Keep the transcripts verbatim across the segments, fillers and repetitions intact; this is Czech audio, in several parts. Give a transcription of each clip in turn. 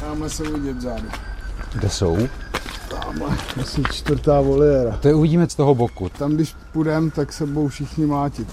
Tamhle jsou vidět vzadu. Kde jsou? Tamhle, asi čtvrtá voliéra. To je uvidíme z toho boku. Tam, když půjdeme, tak se budou všichni mlátit.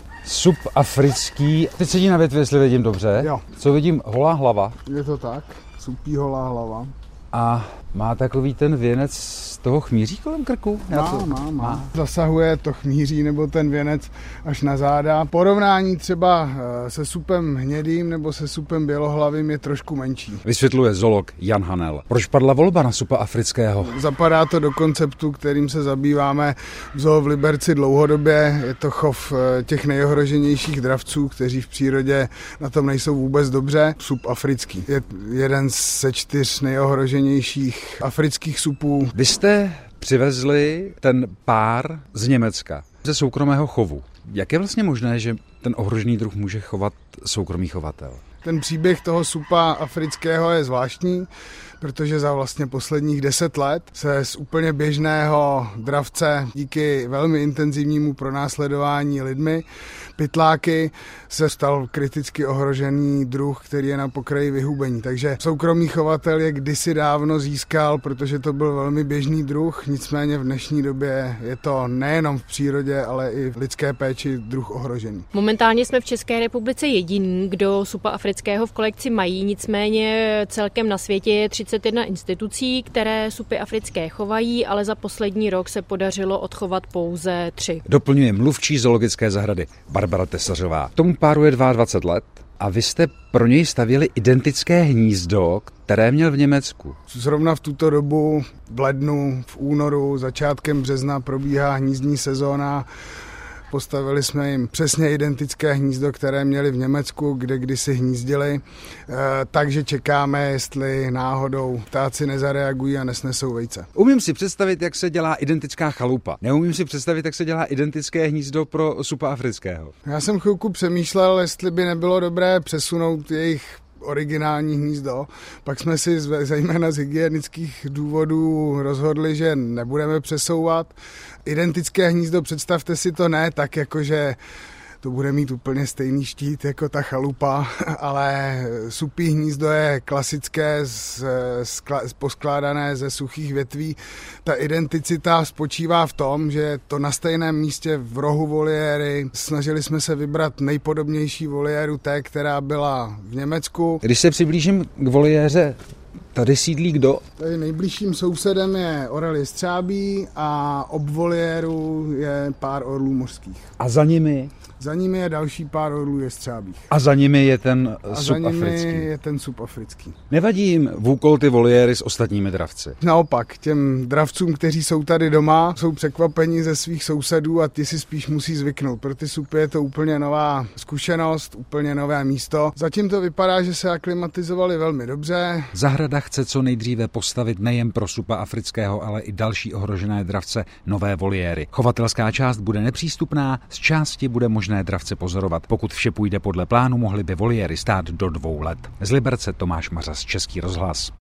Subafrický. Teď sedí na větvi, jestli vidím dobře. Jo. Co vidím? Holá hlava. Je to tak, supí holá hlava. A má takový ten věnec z toho chmíří kolem krku? Má, to... má, má. Zasahuje to chmíří nebo ten věnec až na záda. Porovnání třeba se supem hnědým nebo se supem bělohlavým je trošku menší. Vysvětluje zoolog Jan Hanel. Proč padla volba na supa afrického? Zapadá to do konceptu, kterým se zabýváme v zoo v Liberci dlouhodobě. Je to chov těch nejohroženějších dravců, kteří v přírodě na tom nejsou vůbec dobře. Sup africký je jeden ze čtyř nejohroženějších afrických supů. Vy jste přivezli ten pár z Německa, ze soukromého chovu. Jak je vlastně možné, že ten ohrožený druh může chovat soukromý chovatel? Ten příběh toho supa afrického je zvláštní, protože za vlastně posledních deset let se z úplně běžného dravce díky velmi intenzivnímu pronásledování lidmi, pytláky, se stal kriticky ohrožený druh, který je na pokraji vyhubení. Takže soukromý chovatel je kdysi dávno získal, protože to byl velmi běžný druh, nicméně v dnešní době je to nejenom v přírodě, ale i v lidské péči druh ohrožený. Momentálně jsme v České republice jediní, kdo supa afrického v kolekci mají, nicméně celkem na světě je třicet jedna institucí, které supy africké chovají, ale za poslední rok se podařilo odchovat pouze tři. Doplňuje mluvčí zoologické zahrady Barbara Tesařová. Tomu páru je dvacet dva let a vy jste pro něj stavěli identické hnízdo, které měl v Německu. Zrovna v tuto dobu v lednu, v únoru, začátkem března probíhá hnízdní sezóna. Postavili jsme jim přesně identické hnízdo, které měli v Německu, kde kdysi hnízdili. E, takže čekáme, jestli náhodou ptáci nezareagují a nesnesou vejce. Umím si představit, jak se dělá identická chalupa. Neumím si představit, jak se dělá identické hnízdo pro supa afrického. Já jsem chvilku přemýšlel, jestli by nebylo dobré přesunout jejich originální hnízdo. Pak jsme si zejména z hygienických důvodů rozhodli, že nebudeme přesouvat. Identické hnízdo, představte si to ne tak, jakože to bude mít úplně stejný štít jako ta chalupa, ale supí hnízdo je klasické, z, z, poskládané ze suchých větví. Ta identicita spočívá v tom, že to na stejném místě v rohu voliéry. Snažili jsme se vybrat nejpodobnější voliéru té, která byla v Německu. Když se přiblížím k voliéře, tady sídlí kdo? Tady nejbližším sousedem je orel jestřábí a ob voliéru je pár orlů mořských. A za nimi? Za nimi je další pár orlů jestřábích. A za nimi je ten a sup za nimi africký. je ten sup africký. Nevadí jim vůkol ty voliéry s ostatními dravci? Naopak, těm dravcům, kteří jsou tady doma, jsou překvapeni ze svých sousedů a ty si spíš musí zvyknout. Pro ty supy je to úplně nová zkušenost, úplně nové místo. Zatím to vypadá, že se aklimatizovali velmi dobře. Zahrada chce co nejdříve postavit nejen pro supa afrického, ale i další ohrožené dravce nové voliéry. Chovatelská část bude nepřístupná, z části bude možné dravce pozorovat. Pokud vše půjde podle plánu, mohly by voliéry stát do dvou let. Z Liberce Tomáš Mařas, Český rozhlas.